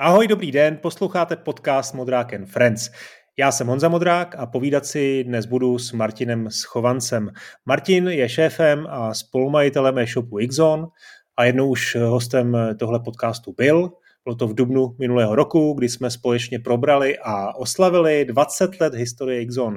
Ahoj, dobrý den, posloucháte podcast Modrák & Friends. Já jsem Honza Modrák a povídat si dnes budu s Martinem Schovancem. Martin je šéfem a spolumajitelem e-shopu Xzone a jednou už hostem tohle podcastu byl. Bylo to v dubnu minulého roku, kdy jsme společně probrali a oslavili 20 let historie Xzone.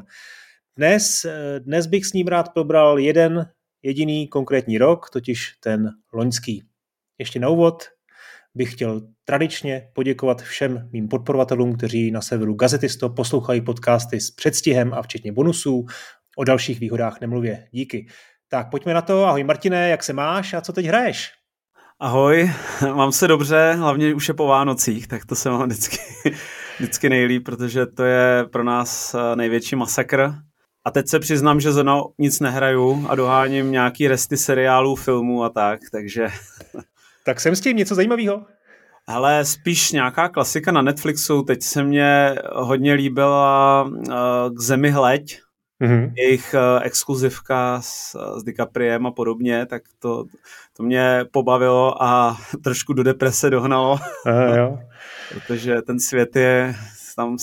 Dnes bych s ním rád probral jeden jediný konkrétní rok, totiž ten loňský. Ještě na úvod bych chtěl tradičně poděkovat všem mým podporovatelům, kteří na serveru Gazetisto poslouchají podcasty s předstihem a včetně bonusů. O dalších výhodách nemluvě. Díky. Tak pojďme na to. Ahoj Martine, jak se máš a co teď hraješ? Ahoj, mám se dobře, hlavně už je po Vánocích, tak to se mám vždycky nejlíp, protože to je pro nás největší masakr. A teď se přiznám, že zrovna nic nehraju a doháním nějaký resty seriálů, filmů a tak, takže... Tak jsem s tím něco zajímavého? Hele, spíš nějaká klasika na Netflixu, teď se mě hodně líbila K zemi hleď, jejich exkluzivka s DiCapriem a podobně, tak to mě pobavilo a trošku do deprese dohnalo, jo. Protože ten svět je tam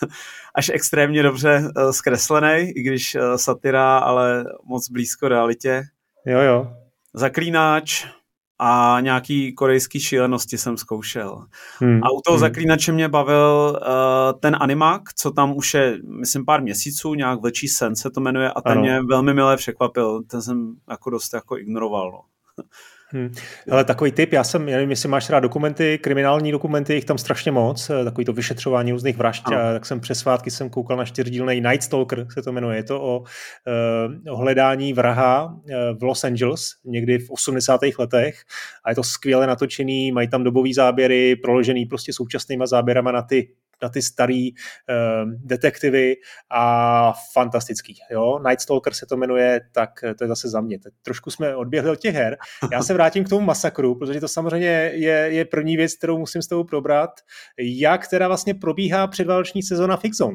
až extrémně dobře zkreslený, i když satira, ale moc blízko realitě. Jo. Zaklínač a nějaký korejský šílenosti jsem zkoušel. A u toho Zaklínače mě bavil ten animák, co tam už je, myslím, pár měsíců, nějak Vlčí sen se to jmenuje a ten mě velmi milé překvapil. Ten jsem jako dost jako ignoroval. No. Hele, takový tip, já nevím, jestli máš rád dokumenty, kriminální dokumenty, jich tam strašně moc, takový to vyšetřování různých vražd, tak jsem přes svátky koukal na 4dílnej Night Stalker, se to jmenuje, je to o hledání vraha v Los Angeles, někdy v 80. letech a je to skvěle natočený, mají tam dobový záběry, proložený prostě současnýma záběrama na ty starý detektivy a fantastický. Jo? Night Stalker se to jmenuje, tak to je zase za mě. Trošku jsme odběhli od těch her. Já se vrátím k tomu masakru, protože to samozřejmě je první věc, kterou musím s tebou probrat. Jak teda vlastně probíhá předvánoční sezóna v Xzone?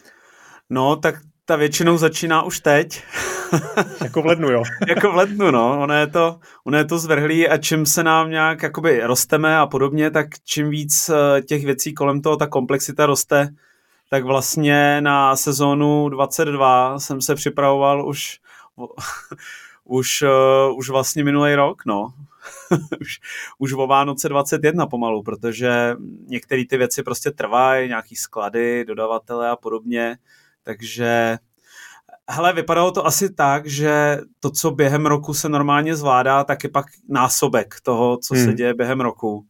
No, tak ta většinou začíná už teď. Jako v lednu, jo. Jako v lednu, no. Ono je to zvrhlý a čím se nám nějak jakoby rosteme a podobně, tak čím víc těch věcí kolem toho, ta komplexita roste, tak vlastně na sezónu 22 jsem se připravoval už vlastně minulý rok, no. už o Vánoce 21 pomalu, protože některé ty věci prostě trvají, nějaký sklady, dodavatele a podobně, takže hele, vypadalo to asi tak, že to, co během roku se normálně zvládá, tak je pak násobek toho, co se děje během roku.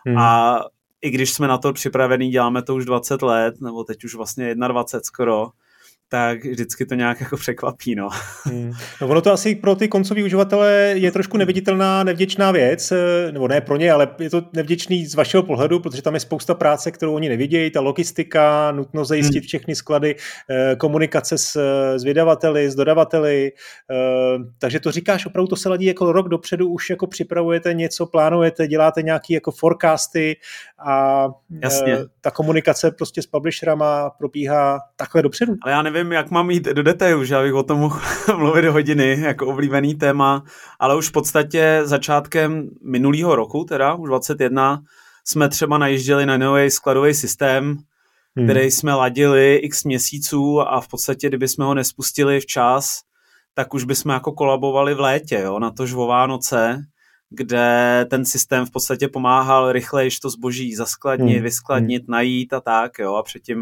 A i když jsme na to připravení, děláme to už 20 let, nebo teď už vlastně 21 skoro, tak vždycky to nějak jako překvapí, no. No ono to asi pro ty koncoví uživatele je trošku neviditelná, nevděčná věc, nebo ne pro ně, ale je to nevděčný z vašeho pohledu, protože tam je spousta práce, kterou oni nevidějí, ta logistika, nutnost zajistit všechny sklady, komunikace s vydavateli, s dodavateli, takže to říkáš, opravdu to se ladí jako rok dopředu, už jako připravujete něco, plánujete, děláte nějaký jako forecasty a ta komunikace prostě s publisherama probíhá takhle dopředu. Ale já nevím, jak mám jít do detailu, že abych o tom mohl mluvit hodiny, jako oblíbený téma, ale už v podstatě začátkem minulého roku, teda už 21, jsme třeba najížděli na nový skladový systém, který jsme ladili x měsíců a v podstatě, kdyby jsme ho nespustili včas, tak už bychom jako kolabovali v létě, jo, na tož o Vánoce, kde ten systém v podstatě pomáhal rychleji to zboží zaskladnit, vyskladnit, najít a tak, jo, a předtím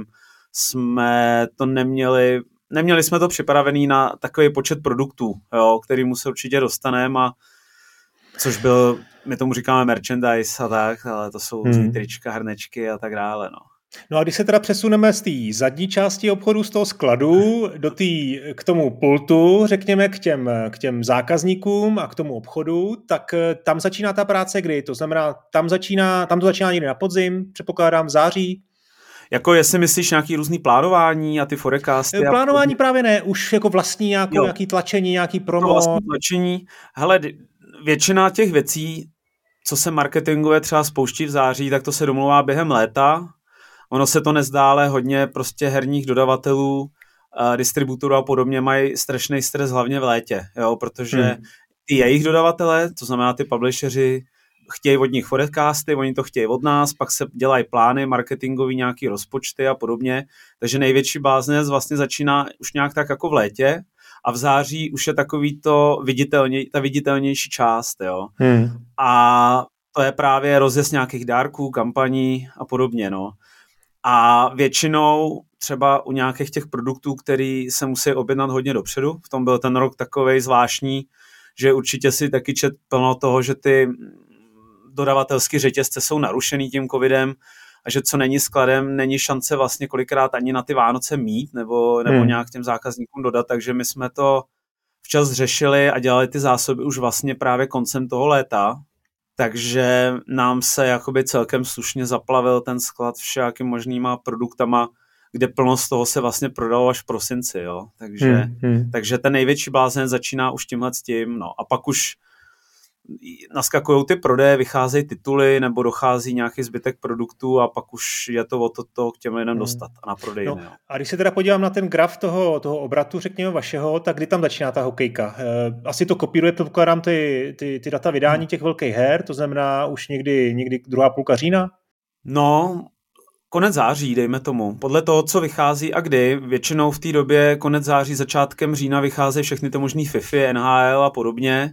jsme to neměli jsme to připravený na takový počet produktů, jo, kterýmu se určitě dostaneme, a což byl, my tomu říkáme merchandise a tak, ale to jsou trička, hrnečky a tak dále, no. No a když se teda přesuneme z té zadní části obchodu, z toho skladu, k tomu pultu, řekněme k těm zákazníkům a k tomu obchodu, tak tam začíná ta práce kdy? To znamená, tam to začíná někdy na podzim, předpokládám v září. Jako jestli myslíš nějaký různý plánování a ty forecasty? Plánování právě ne, už jako vlastní nějaký tlačení, nějaký promo. Vlastní tlačení. Hele, většina těch věcí, co se marketingově třeba spouští v září, tak to se domluvá během léta. Ono se to nezdá, ale hodně prostě herních dodavatelů, distributorů a podobně mají strašný stres hlavně v létě, jo, protože i jejich dodavatele, to znamená ty publisheri, chtějí od nich forecasty, oni to chtějí od nás, pak se dělají plány, marketingový nějaký rozpočty a podobně, takže největší bláznec vlastně začíná už nějak tak jako v létě a v září už je takový to ta viditelnější část, jo. A to je právě rozjezd nějakých dárků, kampaní a podobně, no. A většinou třeba u nějakých těch produktů, který se musí objednat hodně dopředu, v tom byl ten rok takovej zvláštní, že určitě si taky čet plno toho, že ty dodavatelské řetězce jsou narušený tím covidem a že co není skladem, není šance vlastně kolikrát ani na ty Vánoce mít nebo nějak těm zákazníkům dodat, takže my jsme to včas řešili a dělali ty zásoby už vlastně právě koncem toho léta, takže nám se jakoby celkem slušně zaplavil ten sklad všakým možnýma produktama, kde plno z toho se vlastně prodalo až v prosinci, jo. Takže ten největší blázen začíná už tímhle s tím, no. A pak už naskakují ty prodeje, vycházejí tituly nebo dochází nějaký zbytek produktů a pak už je to o to k těm lidem dostat a na prodej. No. A když se teda podívám na ten graf toho obratu, řekněme vašeho, tak kdy tam začíná ta hokejka? Asi to kopíruje, předpokládám, ty data vydání těch velkých her, to znamená už někdy druhá půlka října? No, konec září, dejme tomu. Podle toho, co vychází a kdy, většinou v té době konec září, začátkem října vycházejí všechny ty možný FIFA, NHL a podobně.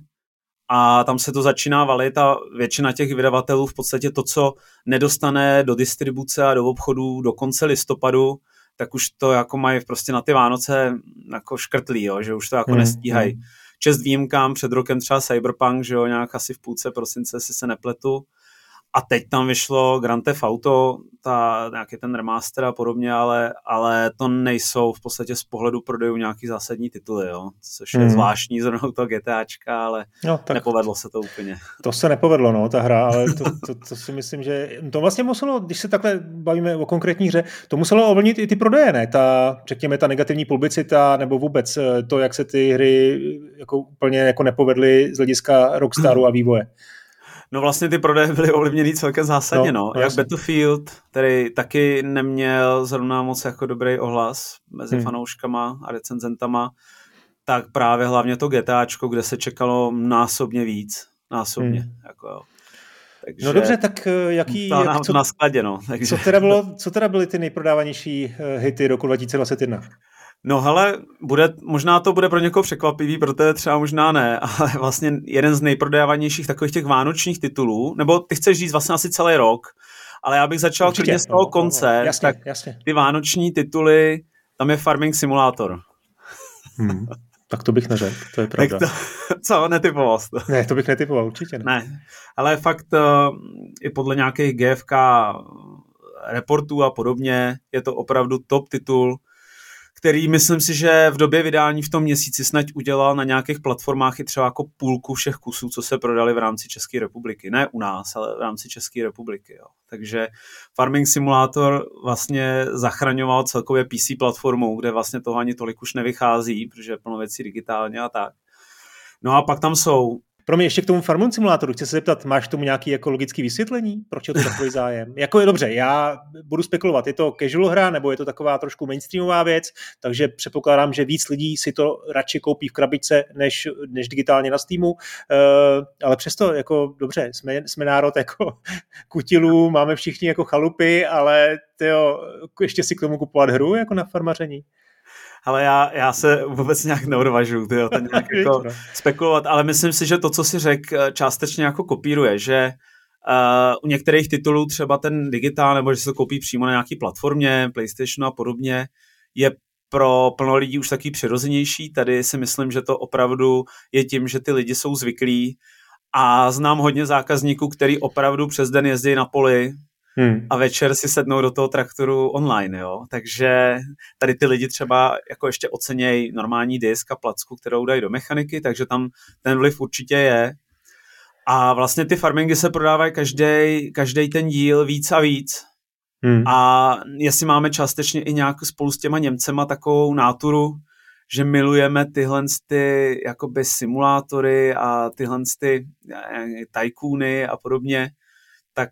A tam se to začíná valit a většina těch vydavatelů v podstatě to, co nedostane do distribuce a do obchodů do konce listopadu, tak už to jako mají prostě na ty Vánoce jako škrtlí, jo, že už to jako nestíhají. Čest výjimkám, před rokem třeba Cyberpunk, že jo, nějak asi v půlce prosince, si se nepletu. A teď tam vyšlo Grand Theft Auto, nějaký ten remaster a podobně, ale to nejsou v podstatě z pohledu prodejů nějaký zásadní tituly, jo? Což je zvláštní zrovna to GTAčka, ale nepovedlo se to úplně. To se nepovedlo, no, ta hra, ale to si myslím, že to vlastně muselo, když se takhle bavíme o konkrétní hře, to muselo ovlivnit i ty prodeje, ne? Řekněme, ta negativní publicita, nebo vůbec to, jak se ty hry jako úplně jako nepovedly z hlediska Rockstaru a vývoje. No vlastně ty prodeje byly ovlivněný celkem zásadně, no. Jak Battlefield, který taky neměl zrovna moc jako dobrý ohlas mezi fanouškama a recenzentama, tak právě hlavně to GTAčko, kde se čekalo násobně víc. Jako, jo. Takže no dobře, tak na skladě, no. Takže co teda byly ty nejprodávanější hity roku 2021? No hele, možná to bude pro někoho překvapivý, protože třeba možná ne, ale vlastně jeden z nejprodávanějších takových těch vánočních titulů, nebo ty chceš říct vlastně asi celý rok, ale já bych začal klidně z toho konce, jasně. Ty vánoční tituly, tam je Farming Simulator. Tak to bych neřekl, to je pravda. Co, netypoval jsi to? Ne, to bych netypoval, určitě ne. Ne, ale fakt i podle nějakých GFK reportů a podobně je to opravdu top titul, který myslím si, že v době vydání v tom měsíci snad udělal na nějakých platformách i třeba jako půlku všech kusů, co se prodali v rámci České republiky. Ne u nás, ale v rámci České republiky. Jo. Takže Farming Simulator vlastně zachraňoval celkově PC platformu, kde vlastně toho ani tolik už nevychází, protože je plno věcí digitálně a tak. No a pak tam jsou... Pro mě ještě k tomu Farming Simulatoru chci se zeptat, máš tomu nějaký ekologický vysvětlení? Proč je to takový zájem? Jako je dobře, já budu spekulovat, je to casual hra, nebo je to taková trošku mainstreamová věc, takže předpokládám, že víc lidí si to radši koupí v krabičce, než digitálně na Steamu, ale přesto, jako dobře, jsme národ jako kutilů, máme všichni jako chalupy, ale ještě si k tomu kupovat hru jako na farmaření. Ale já se vůbec nějak neodvažuji to nějak jako spekulovat, ale myslím si, že to, co si řekl, částečně jako kopíruje, že u některých titulů třeba ten digitál, nebo že se to koupí přímo na nějaký platformě, PlayStation a podobně, je pro plno lidí už taky přirozenější. Tady si myslím, že to opravdu je tím, že ty lidi jsou zvyklí a znám hodně zákazníků, který opravdu přes den jezdí na poli a večer si sednou do toho traktoru online, jo. Takže tady ty lidi třeba jako ještě ocenějí normální disk a placku, kterou dají do mechaniky, takže tam ten vliv určitě je. A vlastně ty farmingy se prodávají každý ten díl víc a víc. A jestli máme částečně i nějak spolu s těma Němcema takovou náturu, že milujeme tyhle ty jakoby simulátory a tyhle ty tajkůny a podobně, tak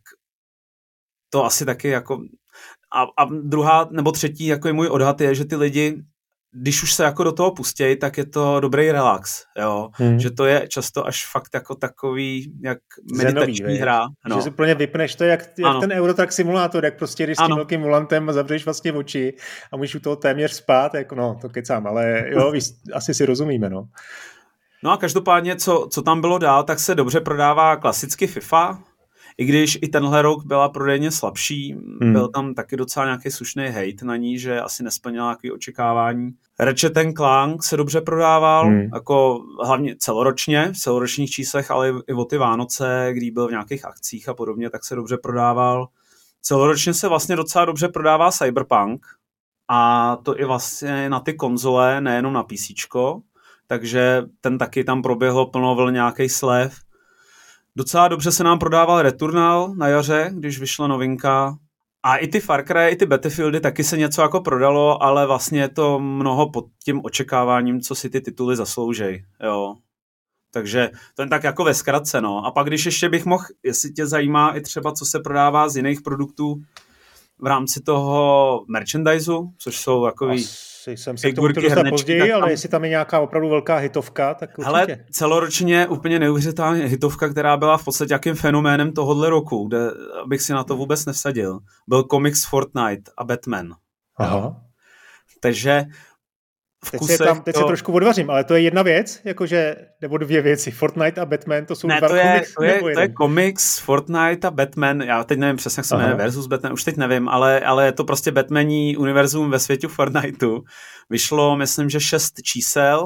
to asi taky jako... A druhá nebo třetí jako je můj odhad je, že ty lidi když už se jako do toho pustějí, tak je to dobrý relax, jo. Že to je často až fakt jako takový, jak meditační hra. No. Že si úplně vypneš, to je jak ten Eurotrack simulátor, jak prostě jdeš s tím velkým volantem a zavřeš vlastně oči a můžeš u toho téměř spát, jako no, to kecám, ale jo, asi si rozumíme, no. No a každopádně, co tam bylo dál, tak se dobře prodává klasicky FIFA, i když i tenhle rok byla prodejně slabší, byl tam taky docela nějaký slušný hejt na ní, že asi nesplnila nějaké očekávání. Ratchet & Clank se dobře prodával, jako hlavně celoročně, v celoročních číslech, ale i o ty Vánoce, kdy byl v nějakých akcích a podobně, tak se dobře prodával. Celoročně se vlastně docela dobře prodává Cyberpunk a to i vlastně na ty konzole, nejenom na PCčko, takže ten taky tam proběhlo plno vln nějaký slev. Docela dobře se nám prodával Returnal na jaře, když vyšla novinka. A i ty Far Cry, i ty Battlefieldy taky se něco jako prodalo, ale vlastně je to mnoho pod tím očekáváním, co si ty tituly zasloužej. Jo. Takže to je tak jako ve zkratce, no. A pak když ještě bych mohl, jestli tě zajímá i třeba, co se prodává z jiných produktů v rámci toho merchandiseu, což jsou takový... Jsem se k tomu dostal později, ale jestli tam je nějaká opravdu velká hitovka, tak určitě. Hele, celoročně úplně neuvěřitelná hitovka, která byla v podstatě jakým fenoménem tohohle roku, kde bych si na to vůbec nevsadil, byl komiks Fortnite a Batman. Aha. Jo. Takže v kusech teď se trošku odvařím, ale to je jedna věc, jakože, nebo dvě věci. Fortnite a Batman, to jsou dva komiks. To je komiks Fortnite a Batman, já teď nevím přesně, jak se jmenuje versus Batman, už teď nevím, ale je to prostě Batmaní univerzum ve světě Fortniteu. Vyšlo, myslím, že 6 čísel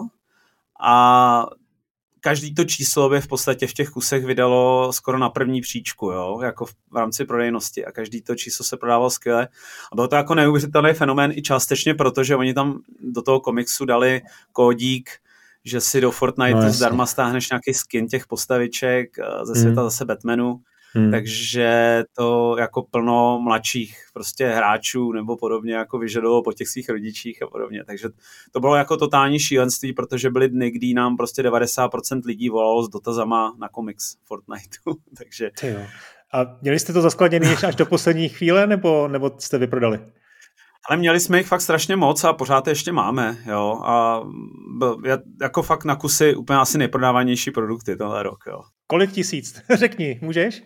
a každý to číslo by v podstatě v těch kusech vydalo skoro na první příčku, jo, jako v rámci prodejnosti a každý to číslo se prodávalo skvěle. A bylo to jako neuvěřitelný fenomén i částečně, protože oni tam do toho komiksu dali kódík, že si do Fortnite zdarma stáhneš nějaký skin těch postaviček ze světa zase Batmanu. Takže to jako plno mladších prostě hráčů nebo podobně jako vyžadovalo po těch svých rodičích a podobně. Takže to bylo jako totální šílenství, protože byly dny, kdy nám prostě 90% lidí volalo s dotazama na komiks Fortniteu. Takže... A měli jste to zaskladěný až do poslední chvíle nebo jste vyprodali? Ale měli jsme jich fakt strašně moc a pořád je ještě máme, jo. A jako fakt na kusy úplně asi nejprodávanější produkty tohle rok, jo. Kolik tisíc? Řekni, můžeš?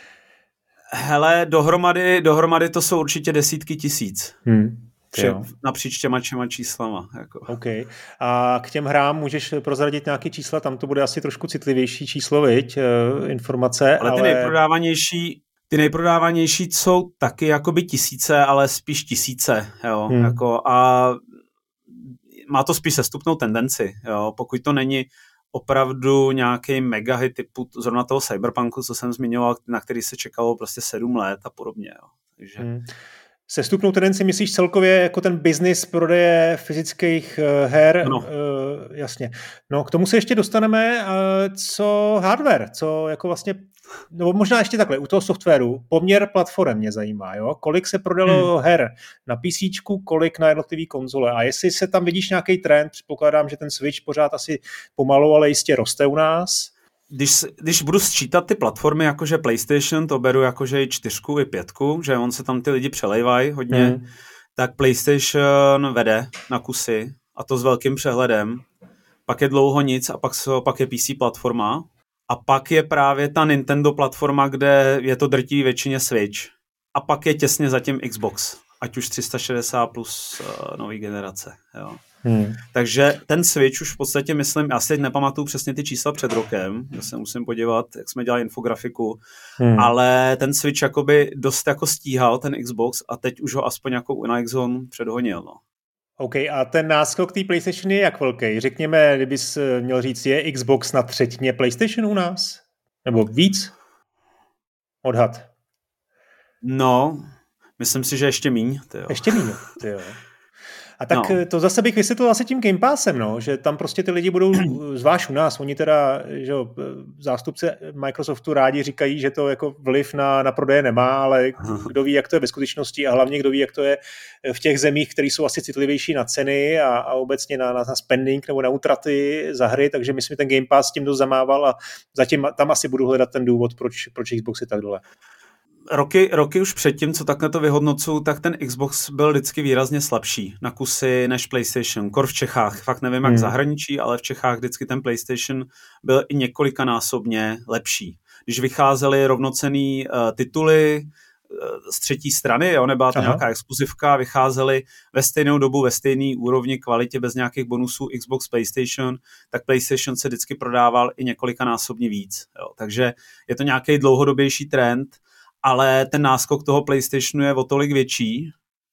Hele, dohromady to jsou určitě desítky tisíc. Napříč těma číslama. Jako. OK. A k těm hrám můžeš prozradit nějaké čísla? Tam to bude asi trošku citlivější číslo, viď? Informace. Ale ty nejprodávanější jsou taky jakoby tisíce, ale spíš tisíce. Jo? Jako, a má to spíš sestupnou tendenci. Jo? Pokud to není opravdu nějaký megahit typu zrovna toho Cyberpunku, co jsem zmiňoval, na který se čekalo prostě 7 let a podobně. Jo. Takže... Sestupnou tendenci myslíš celkově jako ten biznis prodeje fyzických her? No. Jasně. No, k tomu se ještě dostaneme, co hardware, co jako vlastně, nebo možná ještě takhle, u toho softwaru, poměr platform mě zajímá, jo? Kolik se prodalo her na PCčku, kolik na jednotlivý konzole a jestli se tam vidíš nějaký trend, předpokládám, že ten Switch pořád asi pomalu, ale jistě roste u nás. Když budu sčítat ty platformy, jakože PlayStation, to beru jakože i 4, i 5, že on se tam ty lidi přelejvají hodně, tak PlayStation vede na kusy a to s velkým přehledem. Pak je dlouho nic a pak je PC platforma a pak je právě ta Nintendo platforma, kde je to drtí většině Switch a pak je těsně zatím Xbox, ať už 360 plus nový generace, jo. Takže ten Switch už v podstatě myslím, já si teď nepamatuju přesně ty čísla před rokem, já se musím podívat, jak jsme dělali infografiku, ale ten Switch jakoby dost jako stíhal ten Xbox a teď už ho aspoň jako na Xbox předhonil, no. OK, a ten náskok té PlayStation je jak velký? Řekněme, kdybys měl říct, je Xbox na třetině PlayStation u nás? Nebo víc? Odhad. No, myslím si, že ještě míň. Ještě míň, tyjo. A tak to zase bych vysvětlil asi tím Game Passem, no, že tam prostě ty lidi budou, zvlášť u nás, oni teda, že zástupce Microsoftu rádi říkají, že to jako vliv na prodeje nemá, ale kdo ví, jak to je ve skutečnosti a hlavně kdo ví, jak to je v těch zemích, které jsou asi citlivější na ceny a obecně na spending nebo na útraty za hry, takže myslím, ten Game Pass tím dost zamával a zatím tam asi budu hledat ten důvod, proč Xbox je tak dole. roky už předtím, co takhle to vyhodnocuju, tak ten Xbox byl vždycky výrazně slabší na kusy než PlayStation. Kor v Čechách, fakt nevím jak v zahraničí, ale v Čechách vždycky ten PlayStation byl i několikanásobně lepší. Když vycházely rovnocenný tituly z třetí strany, jo, nebyla to nějaká exkluzivka, vycházely ve stejnou dobu, ve stejné úrovni, kvalitě, bez nějakých bonusů Xbox, PlayStation, tak PlayStation se vždycky prodával i několikanásobně víc. Jo. Takže je to nějaký dlouhodobější trend, ale ten náskok toho PlayStationu je o tolik větší,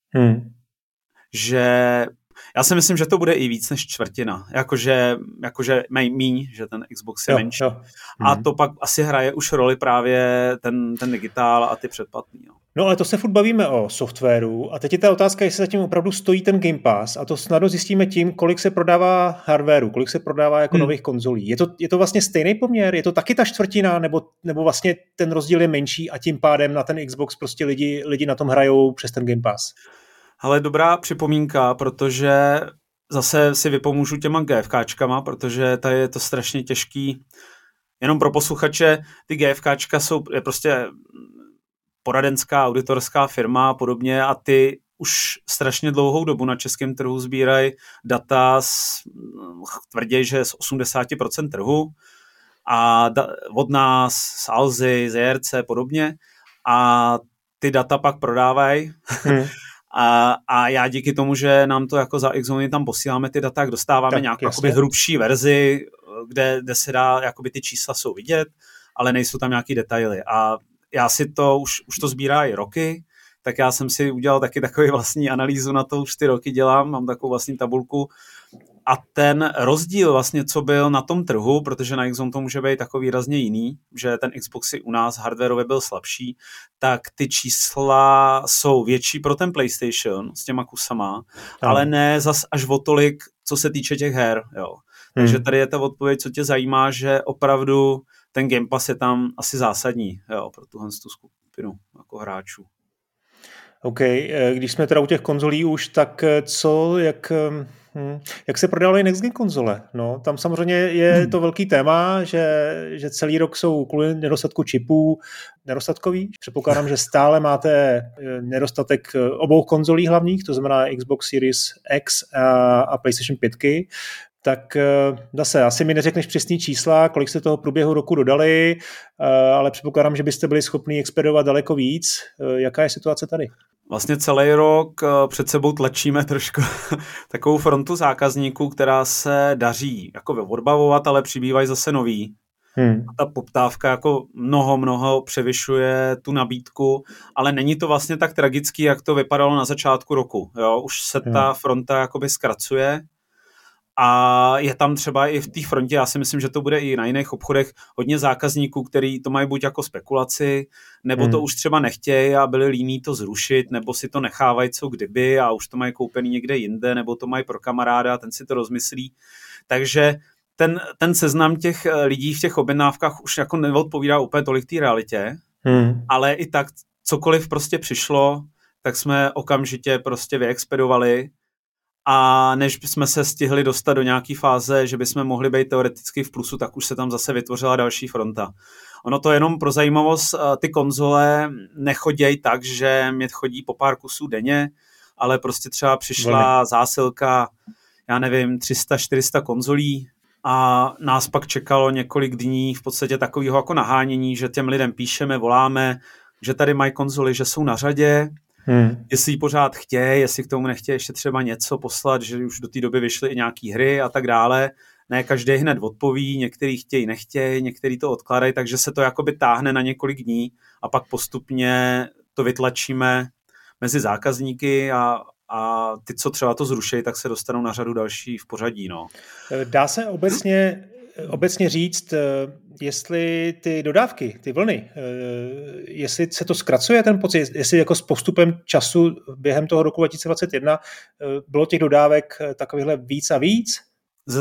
že já si myslím, že to bude i víc než čtvrtina. Jakože míň, že ten Xbox je menší. A to pak asi hraje už roli právě ten digitál a ty předplatný. Jo. No ale to se furt bavíme o softwaru a teď je ta otázka, jestli zatím opravdu stojí ten Game Pass a to snadno zjistíme tím, kolik se prodává hardwareu, kolik se prodává jako nových konzolí. Je to vlastně stejný poměr? Je to taky ta čtvrtina nebo vlastně ten rozdíl je menší a tím pádem na ten Xbox prostě lidi na tom hrajou přes ten Game Pass? Ale dobrá připomínka, protože zase si vypomůžu těma GFKčkama, protože tady je to strašně těžký. Jenom pro posluchače, ty GFKčka je prostě poradenská, auditorská firma a podobně a ty už strašně dlouhou dobu na českém trhu sbírají data tvrdí, že z 80% trhu a od nás, z Alzy, z ERC podobně a ty data pak prodávají. A já díky tomu, že nám to jako za Xzone tam posíláme ty data, jak dostáváme nějakou hrubší verzi, kde se dá, jakoby ty čísla jsou vidět, ale nejsou tam nějaký detaily. A já si to, už to sbírá i roky, tak já jsem si udělal taky takový vlastní analýzu na to, už 4 roky dělám, mám takovou vlastní tabulku. A ten rozdíl vlastně, co byl na tom trhu, protože na Xzone to může být takový výrazně jiný, že ten Xbox i u nás hardwareově byl slabší, tak ty čísla jsou větší pro ten PlayStation s těma kusama, ale ne zas až o tolik, co se týče těch her. Jo. Takže tady je ta odpověď, co tě zajímá, že opravdu ten Game Pass je tam asi zásadní, jo, pro tuhle skupinu jako hráčů. OK, když jsme teda u těch konzolí už, tak jak se prodávají next gen konzole? No, tam samozřejmě je to velký téma, že celý rok jsou kvůli nedostatku čipů nedostatkový. Předpokládám, že stále máte nedostatek obou konzolí hlavních, to znamená Xbox Series X a PlayStation 5. Tak zase, asi mi neřekneš přesný čísla, kolik jste toho průběhu roku dodali, ale předpokládám, že byste byli schopni expedovat daleko víc. Jaká je situace tady? Vlastně celý rok před sebou tlačíme trošku takovou frontu zákazníků, která se daří jako odbavovat, ale přibývají zase nový. A ta poptávka jako mnoho převyšuje tu nabídku, ale není to vlastně tak tragický, jak to vypadalo na začátku roku. Jo? Už se ta fronta jakoby zkracuje. A je tam třeba i v té frontě, já si myslím, že to bude i na jiných obchodech, hodně zákazníků, který to mají buď jako spekulaci, nebo to už třeba nechtějí a byli líní to zrušit, nebo si to nechávají co kdyby a už to mají koupený někde jinde, nebo to mají pro kamaráda a ten si to rozmyslí. Takže ten seznam těch lidí v těch objednávkách už jako neodpovídá úplně tolik té realitě, ale i tak cokoliv prostě přišlo, tak jsme okamžitě prostě vyexpedovali. A než jsme se stihli dostat do nějaké fáze, že bychom mohli být teoreticky v plusu, tak už se tam zase vytvořila další fronta. Ono to jenom pro zajímavost, ty konzole nechodějí tak, že mě chodí po pár kusů denně, ale prostě třeba přišla zásilka, já nevím, 300-400 konzolí a nás pak čekalo několik dní v podstatě takového jako nahánění, že těm lidem píšeme, voláme, že tady mají konzoly, že jsou na řadě, jestli ji pořád chtějí, jestli k tomu nechtějí ještě třeba něco poslat, že už do té doby vyšly i nějaký hry a tak dále. Ne každý hned odpoví, některý chtějí, nechtějí, některý to odkládají, takže se to jakoby táhne na několik dní a pak postupně to vytlačíme mezi zákazníky a ty, co třeba to zrušejí, tak se dostanou na řadu další v pořadí. No. Dá se obecně říct, jestli ty dodávky, ty vlny, jestli se to zkracuje ten pocit, jestli jako s postupem času během toho roku 2021 bylo těch dodávek takovýchhle víc a víc? Ze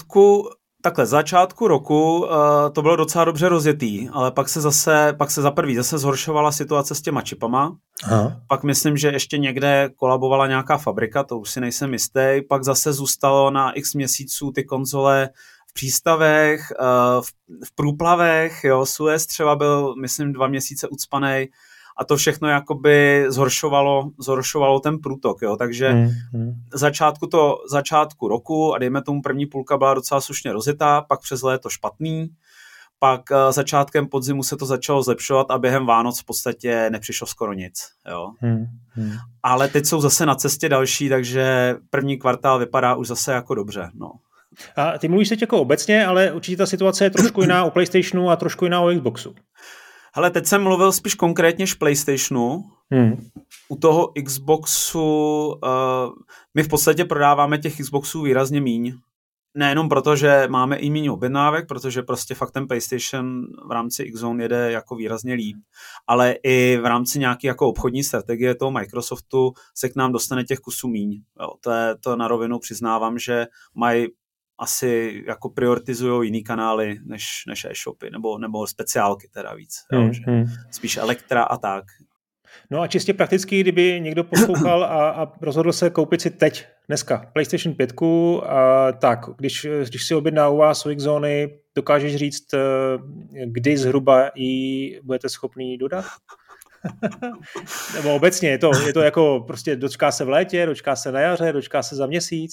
začátku roku to bylo docela dobře rozjetý, ale pak se za prvý zhoršovala situace s těma čipama. Aha. Pak myslím, že ještě někde kolabovala nějaká fabrika, to už si nejsem jistý. Pak zase zůstalo na x měsíců ty konzole v přístavech, v průplavech, jo, Suez třeba byl, myslím, 2 měsíce ucpanej a to všechno jakoby zhoršovalo ten průtok, jo, takže začátku roku a dejme tomu první půlka byla docela slušně rozjetá, pak přes léto špatný, pak začátkem podzimu se to začalo zlepšovat a během Vánoc v podstatě nepřišlo skoro nic. Jo. Ale teď jsou zase na cestě další, takže první kvartál vypadá už zase jako dobře. No. A ty mluvíš teď jako obecně, ale určitě ta situace je trošku jiná u PlayStationu a trošku jiná u Xboxu. Hele, teď jsem mluvil spíš konkrétně o PlayStationu. U toho Xboxu my v podstatě prodáváme těch Xboxů výrazně míň. Nejenom proto, že máme i méně objednávek, protože prostě fakt ten PlayStation v rámci X-Zone jede jako výrazně líp, ale i v rámci nějaké jako obchodní strategie toho Microsoftu se k nám dostane těch kusů míň. Jo, to na rovinu přiznávám, že mají asi jako prioritizují jiný kanály než e-shopy, nebo speciálky teda víc. Jo, že spíš Elektra a tak. No a čistě prakticky, kdyby někdo poslouchal a rozhodl se koupit si teď, dneska, PlayStation 5, tak když si objedná u vás u X-Zony, dokážeš říct, kdy zhruba ji budete schopný dodat? Nebo obecně, je to jako prostě dočká se v létě, dočká se na jaře, dočká se za měsíc?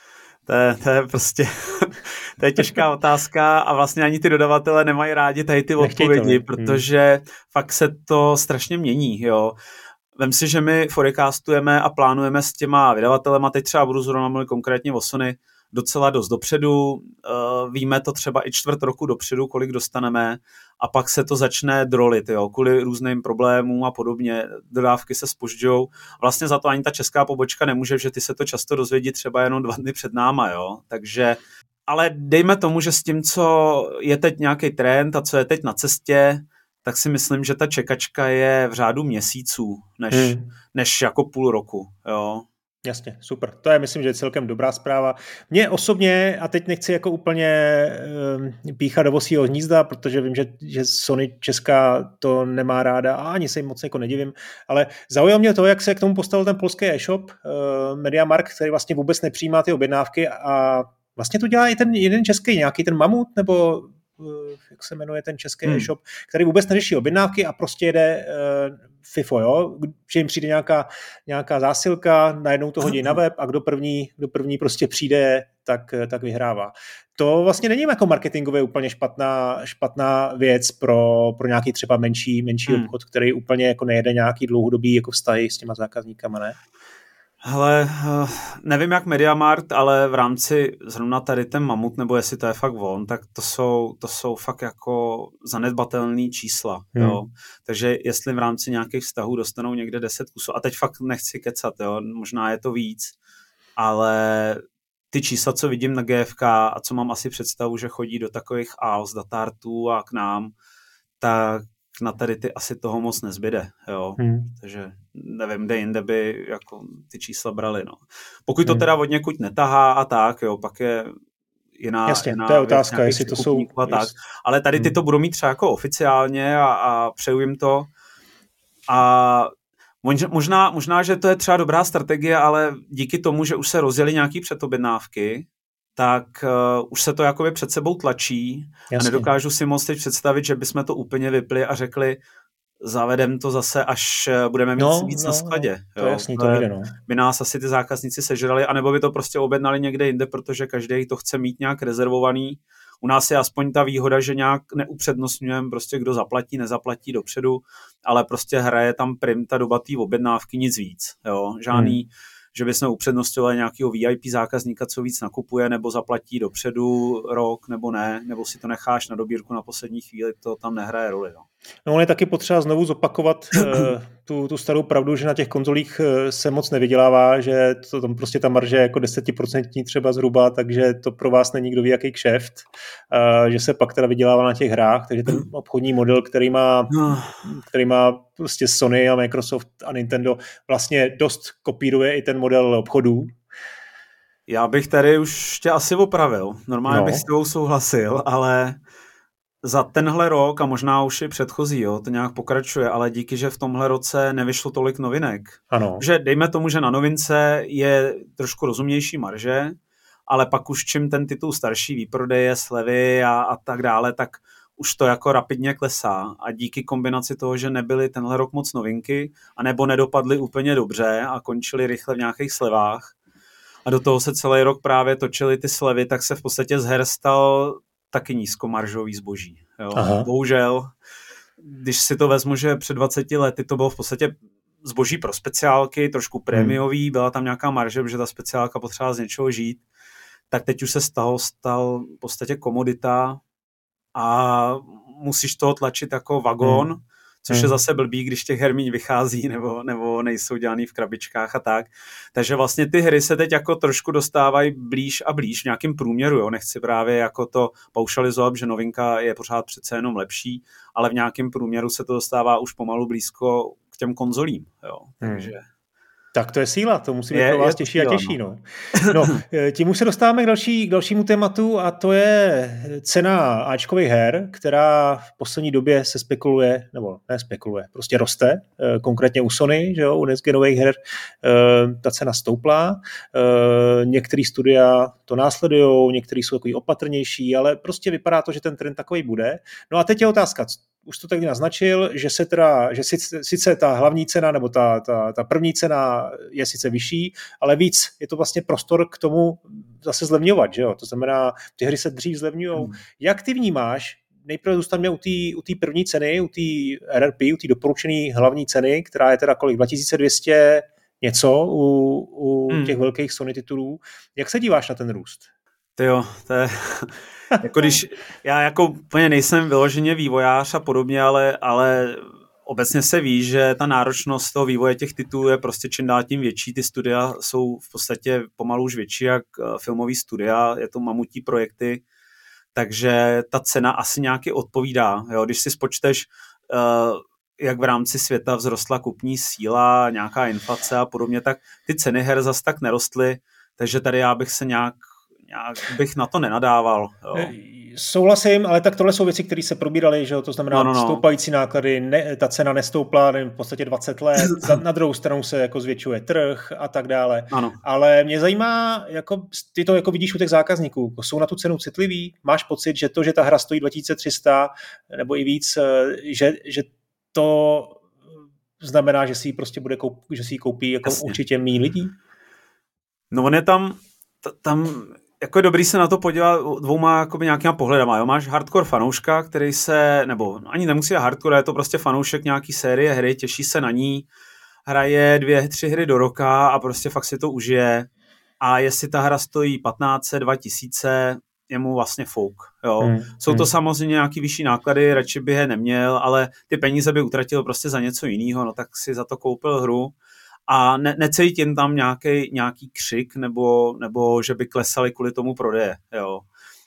To je prostě, to je těžká otázka a vlastně ani ty dodavatelé nemají rádi tady ty odpovědi, protože fakt se to strašně mění, jo. Vem si, že my forecastujeme a plánujeme s těma vydavatelema, teď třeba budu zrovna mluvit konkrétně o Sony, docela dost dopředu, víme to třeba i čtvrt roku dopředu, kolik dostaneme a pak se to začne drolit, jo, kvůli různým problémům a podobně, dodávky se zpožďujou. Vlastně za to ani ta česká pobočka nemůže, že ty se to často dozvědí třeba jenom 2 dny před náma, jo, takže, ale dejme tomu, že s tím, co je teď nějaký trend a co je teď na cestě, tak si myslím, že ta čekačka je v řádu měsíců, než jako půl roku, jo. Jasně, super. To je, myslím, že je celkem dobrá zpráva. Mně osobně, a teď nechci jako úplně píchat do vosího hnízda, protože vím, že Sony česká to nemá ráda a ani se jim moc jako nedivím, ale zaujalo mě to, jak se k tomu postavil ten polský e-shop MediaMarkt, který vlastně vůbec nepřijímá ty objednávky a vlastně to dělá i ten jeden český, nějaký ten Mamut, nebo jak se jmenuje ten český e-shop, který vůbec neřeší objednávky a prostě jede FIFO, jo? Že jim přijde nějaká zásilka, najednou to hodí na web a kdo první prostě přijde, tak vyhrává. To vlastně není jako marketingově úplně špatná věc pro nějaký třeba menší obchod, který úplně jako nejede nějaký dlouhodobý jako vztahy s těma zákazníkama, ne? Hele, nevím jak MediaMarkt, ale v rámci zrovna tady ten Mamut, nebo jestli to je fakt on, tak to jsou fakt jako zanedbatelné čísla. Jo? Takže jestli v rámci nějakých vztahů dostanou někde 10 kusů, a teď fakt nechci kecat, jo? Možná je to víc, ale ty čísla, co vidím na GFK a co mám asi představu, že chodí do takových AOS datartů a k nám, tak na tady ty asi toho moc nezbyde, jo. Takže nevím, kde jinde by jako ty čísla brali, no. Pokud to teda od někud netahá a tak, jo, pak je jiná to je otázka, jestli to jsou... A tak. Ale tady ty to budou mít třeba jako oficiálně a přeju jim to. A možná, že to je třeba dobrá strategie, ale díky tomu, že už se rozjeli nějaký předobjednávky, tak už se to jakoby před sebou tlačí. Jasně. A nedokážu si moc teď představit, že bychom to úplně vypli a řekli, zavedem to zase, až budeme mít víc na skladě. To je jasný, to jde, no. By nás asi ty zákazníci sežrali, anebo by to prostě objednali někde jinde, protože každý to chce mít nějak rezervovaný. U nás je aspoň ta výhoda, že nějak neupřednostňujeme prostě kdo zaplatí, nezaplatí dopředu, ale prostě hraje tam prim ta doba té objednávky, nic víc. Jo? Žádný že bychom upřednostňovali nějakého VIP zákazníka, co víc nakupuje, nebo zaplatí dopředu rok, nebo ne, nebo si to necháš na dobírku na poslední chvíli, to tam nehraje roli. No on je taky potřeba znovu zopakovat tu starou pravdu, že na těch konzolích se moc nevydělává, že to tam prostě ta marže je jako 10% třeba zhruba, takže to pro vás není kdo ví jaký kšeft, že se pak teda vydělává na těch hrách, takže ten obchodní model, který má prostě Sony a Microsoft a Nintendo, vlastně dost kopíruje i ten model obchodů. Já bych tady už tě asi opravil. Normálně bych s tebou souhlasil, ale za tenhle rok a možná už i předchozí, jo, to nějak pokračuje, ale díky, že v tomhle roce nevyšlo tolik novinek. Ano. Že dejme tomu, že na novince je trošku rozumnější marže, ale pak už čím ten titul starší, výprodeje, slevy a tak dále, tak už to jako rapidně klesá a díky kombinaci toho, že nebyly tenhle rok moc novinky, anebo nedopadly úplně dobře a končily rychle v nějakých slevách a do toho se celý rok právě točily ty slevy, tak se v podstatě z her stal taky nízkomaržový zboží. Jo. Bohužel, když si to vezmu, že před 20 lety to bylo v podstatě zboží pro speciálky, trošku prémiový, byla tam nějaká marže, protože ta speciálka potřebovala z něčeho žít, tak teď už se stal v podstatě komodita a musíš toho tlačit jako vagón, což je zase blbý, když těch her míň vychází nebo nejsou dělaný v krabičkách a tak. Takže vlastně ty hry se teď jako trošku dostávají blíž a blíž v nějakém průměru. Jo. Nechci právě jako to paušalizovat, že novinka je pořád přece jenom lepší, ale v nějakém průměru se to dostává už pomalu blízko k těm konzolím. Jo. Takže... Tak to je síla, to musí být pro vás těžší a těžší. No, tím už se dostáváme k dalšímu tématu a to je cena áčkových her, která v poslední době se spekuluje, nebo ne spekuluje, prostě roste, konkrétně u Sony, že jo, u next-genových her ta cena stoupla, některý studia to následujou, některý jsou takový opatrnější, ale prostě vypadá to, že ten trend takový bude. No a teď je otázka, už to tak naznačil, že sice ta hlavní cena nebo ta první cena je sice vyšší, ale víc je to vlastně prostor k tomu zase zlevňovat, že jo? To znamená, ty hry se dřív zlevňujou. Jak ty vnímáš, nejprve zůstaneme u té první ceny, u té RRP, u té doporučené hlavní ceny, která je teda kolik, 2200 něco u těch velkých Sony titulů. Jak se díváš na ten růst? Jo, to je... jako když já jako úplně nejsem vyloženě vývojář a podobně, ale obecně se ví, že ta náročnost toho vývoje těch titulů je prostě čím dál tím větší. Ty studia jsou v podstatě pomalu už větší jak filmový studia, je to mamutí projekty, takže ta cena asi nějaký odpovídá. Jo? Když si spočteš, jak v rámci světa vzrostla kupní síla, nějaká inflace a podobně, tak ty ceny her zas tak nerostly, takže tady já bych se nějak bych na to nenadával. Jo. Souhlasím, ale tak tohle jsou věci, které se probíraly, že jo, to znamená stoupající náklady, ta cena nestoupla v podstatě 20 let, na druhou stranu se jako zvětšuje trh a tak dále. Ano. Ale mě zajímá, jako, ty to jako vidíš u těch zákazníků, jsou na tu cenu citliví? Máš pocit, že to, že ta hra stojí 2300 nebo i víc, že to znamená, že si ji prostě že si ji koupí jako určitě méně lidí? No on je tam jako je dobrý se na to podívat dvouma nějakýma pohledama. Jo? Máš hardcore fanouška, který nebo ani nemusí být hardcore, je to prostě fanoušek nějaký série hry, těší se na ní, hraje 2-3 hry do roka a prostě fakt si to užije. A jestli ta hra stojí 1500, 2000, je mu vlastně fouk. Jo? Jsou to samozřejmě nějaký vyšší náklady, radši by je neměl, ale ty peníze by utratil prostě za něco jiného, no tak si za to koupil hru. A necítím tam nějaký křik nebo že by klesali kvůli tomu prodeje. Jo.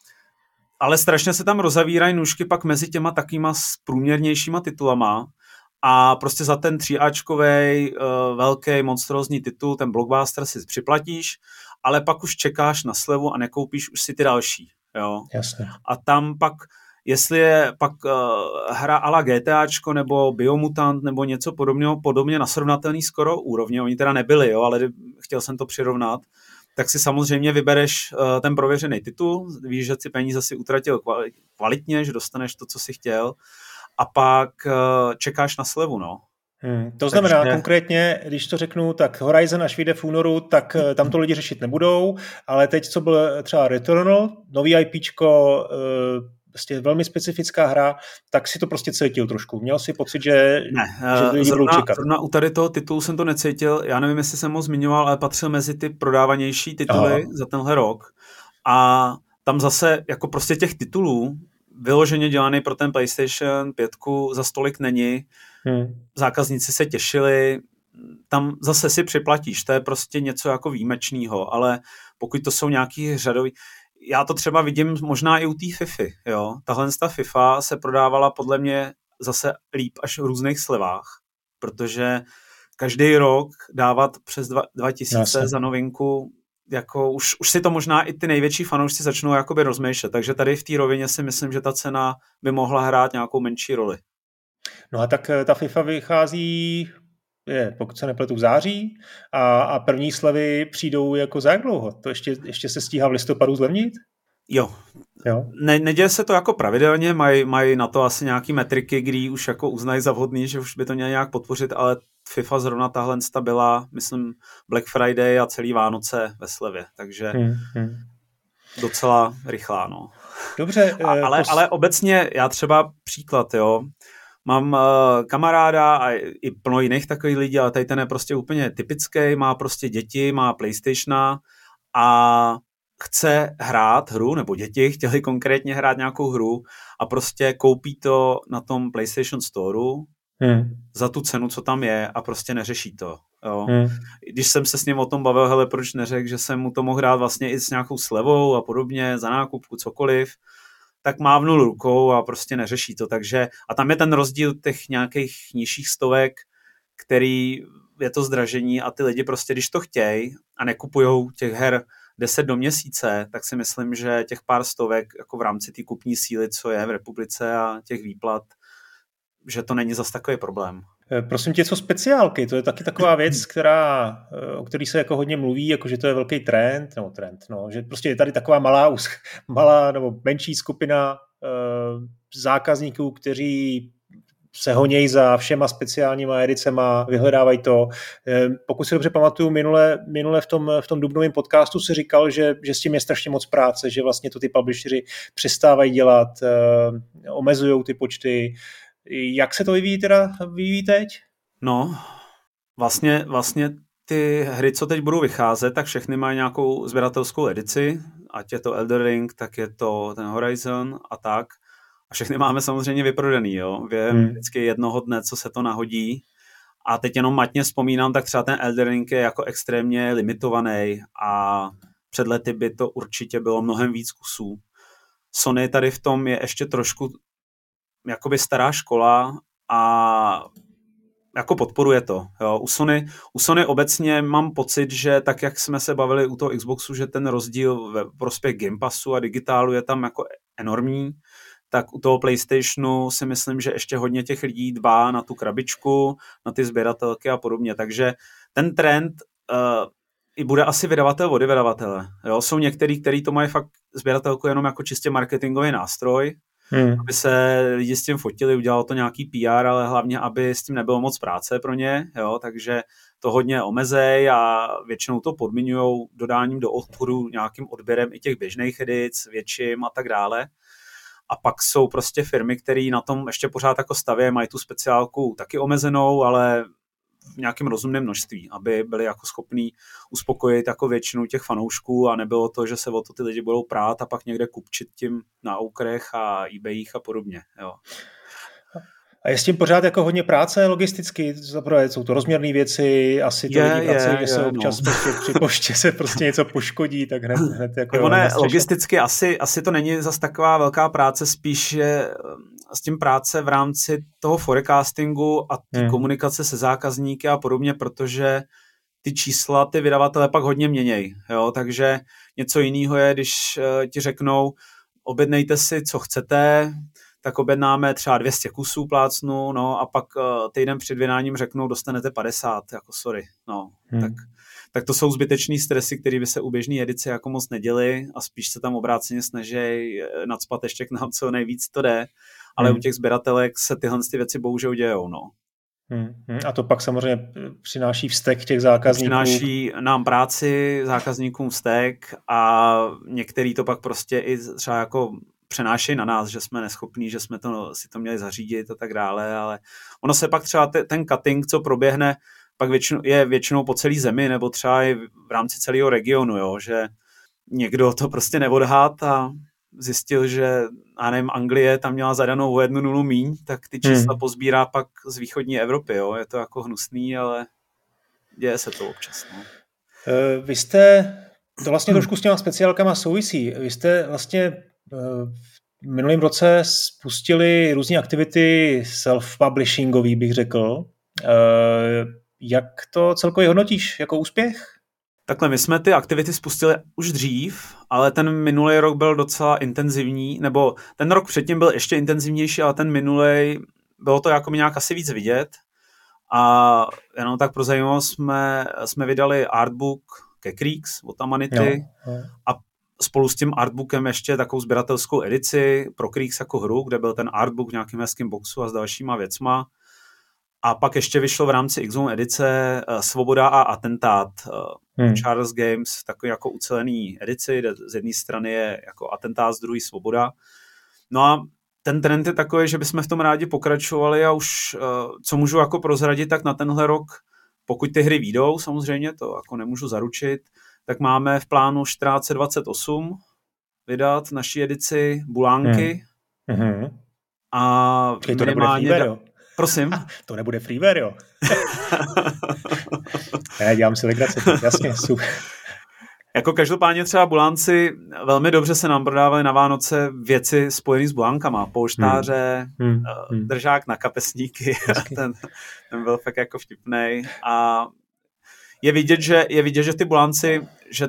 Ale strašně se tam rozavírají nůžky pak mezi těma takýma průměrnějšíma titulama a prostě za ten 3áčkovej velký monstrózní titul, ten blockbuster si připlatíš, ale pak už čekáš na slevu a nekoupíš už si ty další. Jo. Jasně. A tam pak jestli je pak hra a la GTAčko nebo Biomutant nebo něco podobně na srovnatelný skoro úrovně, oni teda nebyli, jo, ale chtěl jsem to přirovnat, tak si samozřejmě vybereš ten prověřený titul, víš, že si peníze si utratil kvalitně, že dostaneš to, co si chtěl a pak čekáš na slevu, no. To znamená konkrétně, když to řeknu, tak Horizon až vyjde v únoru, tak tam to lidi řešit nebudou, ale teď, co byl třeba Returnal, nový IPčko, prostě velmi specifická hra, tak si to prostě cítil trošku. Měl si pocit, že lidi budou čekat. Zrovna u tady toho titulu jsem to necítil. Já nevím, jestli jsem ho zmiňoval, ale patřil mezi ty prodávanější tituly za tenhle rok. A tam zase jako prostě těch titulů vyloženě dělaný pro ten PlayStation 5 za stolik není. Zákazníci se těšili. Tam zase si připlatíš. To je prostě něco jako výjimečného, ale pokud to jsou nějaký řadový... Já to třeba vidím možná i u té FIFA. Jo? Tahle FIFA se prodávala podle mě zase líp až v různých slevách, protože každý rok dávat přes 2000 za novinku, jako už si to možná i ty největší fanoušci začnou jakoby rozmýšlet, takže tady v té rovině si myslím, že ta cena by mohla hrát nějakou menší roli. No a tak ta FIFA vychází, pokud se nepletu, v září a první slevy přijdou jako za jak dlouho? To ještě se stíhá v listopadu zlevnit? Jo. Neděje se to jako pravidelně, mají na to asi nějaký metriky, kdy už jako uznají za vhodný, že už by to měli nějak podpořit, ale FIFA zrovna tahle byla, myslím, Black Friday a celý Vánoce ve slevě, takže docela rychlá, no. Dobře. Ale obecně, já třeba příklad, jo, mám kamaráda a i plno jiných takových lidí, ale tady ten je prostě úplně typický, má prostě děti, má PlayStationa a chce hrát hru, nebo děti chtěli konkrétně hrát nějakou hru a prostě koupí to na tom PlayStation Storeu za tu cenu, co tam je a prostě neřeší to. Jo. Když jsem se s ním o tom bavil, hele, proč neřekl, že jsem mu to mohl hrát vlastně i s nějakou slevou a podobně, za nákupku, cokoliv, tak mávnul rukou a prostě neřeší to. Takže, a tam je ten rozdíl těch nějakých nižších stovek, který je to zdražení a ty lidi prostě, když to chtějí a nekupujou těch her 10 do měsíce, tak si myslím, že těch pár stovek jako v rámci té kupní síly, co je v republice a těch výplat, že to není zas takový problém. Prosím tě, co speciálky? To je taky taková věc, o který se jako hodně mluví, jako že to je velký trend, že prostě je tady taková malá nebo menší skupina zákazníků, kteří se honějí za všema speciálníma edicema, vyhledávají to. Pokud si dobře pamatuju, minule v tom dubnovém podcastu si říkal, že s tím je strašně moc práce, že vlastně to ty publisheri přestávají dělat, omezujou ty počty. Jak se to vyvíjí teď? No, vlastně ty hry, co teď budou vycházet, tak všechny mají nějakou sběratelskou edici, ať je to Elden Ring, tak je to ten Horizon a tak. A všechny máme samozřejmě vyprodaný, jo. Vím vždycky jednoho dne, co se to nahodí. A teď jenom matně vzpomínám, tak třeba ten Elden Ring je jako extrémně limitovaný a před lety by to určitě bylo mnohem víc kusů. Sony tady v tom je ještě trošku jakoby stará škola a jako podporuje to. Jo. U Sony obecně mám pocit, že tak, jak jsme se bavili u toho Xboxu, že ten rozdíl ve prospěch Game Passu a digitálu je tam jako enormní, tak u toho PlayStationu si myslím, že ještě hodně těch lidí dbá na tu krabičku, na ty sběratelky a podobně. Takže ten trend i bude asi vydavatel od vydavatele. Jo? Jsou některý, kteří to mají fakt sběratelku jenom jako čistě marketingový nástroj, aby se lidi s tím fotili, udělalo to nějaký PR, ale hlavně, aby s tím nebylo moc práce pro ně, jo? Takže to hodně omezej a většinou to podmiňujou dodáním do obchodu nějakým odběrem i těch běžných edic, větším a tak dále. A pak jsou prostě firmy, které na tom ještě pořád jako staví, mají tu speciálku taky omezenou, ale v nějakém rozumném množství, aby byli jako schopní uspokojit jako většinu těch fanoušků a nebylo to, že se o to ty lidi budou prát a pak někde kupčit tím na Oukrech a eBayích a podobně. Jo. A je s tím pořád jako hodně práce logisticky? Zaprvé jsou to rozměrné věci, asi to lidi pracují, že se občas prostě při poště se prostě něco poškodí, tak hned jako... Logisticky asi to není zas taková velká práce, spíš je s tím práce v rámci toho forecastingu a ty komunikace se zákazníky a podobně, protože ty čísla ty vydavatele pak hodně měnějí. Jo? Takže něco jiného je, když ti řeknou, objednejte si, co chcete, tak objednáme třeba 200 kusů plácnu, no a pak týden před vydáním řeknou, dostanete 50, jako sorry, no. Tak to jsou zbytečný stresy, které by se u běžné edice jako moc neděly a spíš se tam obráceně snaží nacpat ještě k nám, co nejvíc to jde, ale u těch sběratelek se tyhle věci bohužel dějou, no. A to pak samozřejmě přináší vztek těch zákazníků. Přináší nám práci, zákazníkům vztek a některý to pak prostě i třeba jako přenášejí na nás, že jsme neschopní, že jsme si to měli zařídit a tak dále, ale ono se pak třeba ten cutting, co proběhne, pak je většinou po celé zemi, nebo třeba i v rámci celého regionu, jo, že někdo to prostě neodhad a zjistil, že Anglie tam měla zadanou o 1-0 míň, tak ty čísla pozbírá pak z východní Evropy, jo, je to jako hnusný, ale děje se to občas, no. Vy jste, to vlastně trošku s těma speciálkama souvisí, vy jste vlastně v minulém roce spustili různé aktivity self-publishingový, bych řekl. Jak to celkově hodnotíš jako úspěch? Takhle, my jsme ty aktivity spustili už dřív, ale ten minulý rok byl docela intenzivní, nebo ten rok předtím byl ještě intenzivnější, ale ten minulý bylo to jako nějak asi víc vidět. A jenom tak pro zajímavost jsme vydali artbook ke Creeks od Amanity a spolu s tím artbookem ještě takovou sběratelskou edici pro Kriegs jako hru, kde byl ten artbook v nějakém hezkém boxu a s dalšíma věcma. A pak ještě vyšlo v rámci X-Zone edice Svoboda a atentát Charles Games, takový jako ucelený edici, kde z jedné strany je jako atentát, z druhé svoboda. No a ten trend je takový, že bychom v tom rádi pokračovali a už, co můžu jako prozradit, tak na tenhle rok, pokud ty hry vyjdou, samozřejmě, to jako nemůžu zaručit, tak máme v plánu 1428 vydat v naší edici Bulánky. A to nebude freeware, jo? Prosím? To nebude freeware, jo? Ne, dělám si legraci, jasně, super. Jako každopádně třeba Bulánci velmi dobře se nám prodávaly na Vánoce věci spojené s Bulánkama. Polštáře, držák na kapesníky, ten byl fakt jako vtipnej. A je vidět, že ty Bulánci, že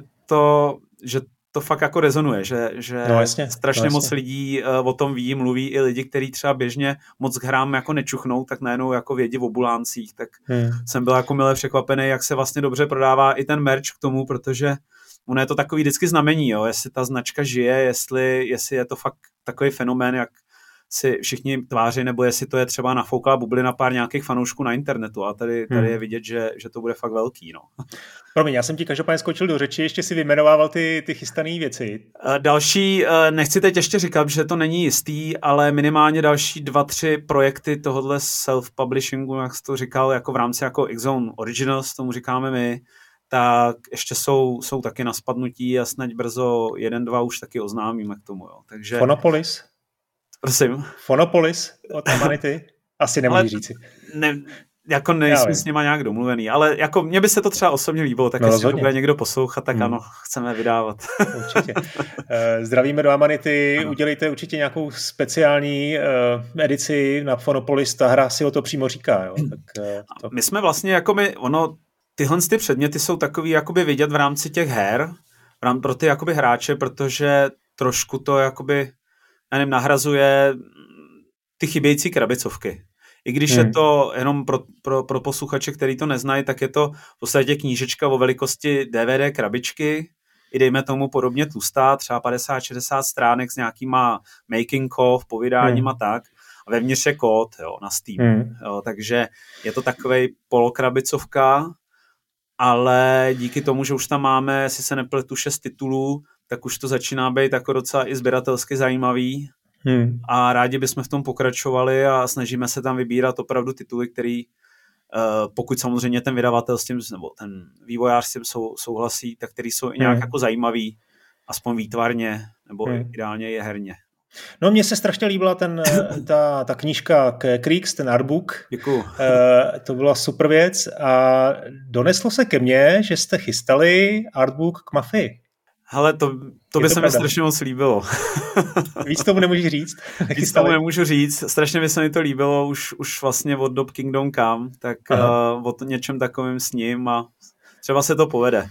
to fakt jako rezonuje, že no jasně, strašně moc lidí o tom ví, mluví i lidi, kteří třeba běžně moc k hrám jako nečuchnou, tak najednou jako vědí o Buláncích, tak jsem byl jako milé překvapený, jak se vlastně dobře prodává i ten merch k tomu, protože ono je to takový vždycky znamení, jo, jestli ta značka žije, jestli je to fakt takový fenomén, jak si všichni tváří, nebo jestli to je třeba nafouklá bublina pár nějakých fanoušků na internetu a tady je vidět, že to bude fakt velký, no. Promiň, já jsem ti každopádně skočil do řeči, ještě si vyjmenovával ty chystané věci. Další, nechci teď ještě říkat, že to není jistý, ale minimálně další 2-3 projekty tohohle self-publishingu, jak jsi to říkal, jako v rámci jako X-Zone Originals, tomu říkáme my, tak ještě jsou taky na spadnutí a snad brzo 1-2 už taky oznámíme k tomu, jo. Takže... Phonopolis? Prosím? Phonopolis od Amanity? Asi nemůžu říci. Jako nejsme s nima nějak domluvený, ale jako mně by se to třeba osobně líbilo, tak jestli to bude někdo poslouchat, tak ano, chceme vydávat. Určitě. Zdravíme do Amanity, udělejte určitě nějakou speciální edici na Phonopolis, ta hra si o to přímo říká. Jo? Tak, to... My jsme vlastně, jako tyhle ty předměty jsou takový jakoby vidět v rámci těch her, pro ty jakoby hráče, protože trošku to jakoby, já nevím, nahrazuje ty chybějící krabicovky. I když je to jenom pro posluchače, který to neznají, tak je to v podstatě knížečka o velikosti DVD krabičky, i dejme tomu podobně tlustá, třeba 50-60 stránek s nějakýma making of, povídáním a tak. A vevnitř je kód, jo, na Steam. Jo, takže je to takovej polokrabicovka, ale díky tomu, že už tam máme, jestli se nepletu, 6 titulů, tak už to začíná být jako docela i sběratelsky zajímavý. A rádi bychom v tom pokračovali a snažíme se tam vybírat opravdu tituly, který, pokud samozřejmě ten vydavatel s tím, nebo ten vývojář s tím souhlasí, tak který jsou i nějak jako zajímavý, aspoň výtvarně, nebo ideálně je herně. No, mně se strašně líbila ta knížka Kriegs, ten artbook. Děkuju. To byla super věc a doneslo se ke mně, že jste chystali artbook k Mafii. Hele, to by se mi strašně moc líbilo. Víc tomu nemůžeš říct? Víc tomu nemůžu říct. Strašně by se mi to líbilo už vlastně od dob Kingdom Come, tak o něčem takovým s ním a třeba se to povede.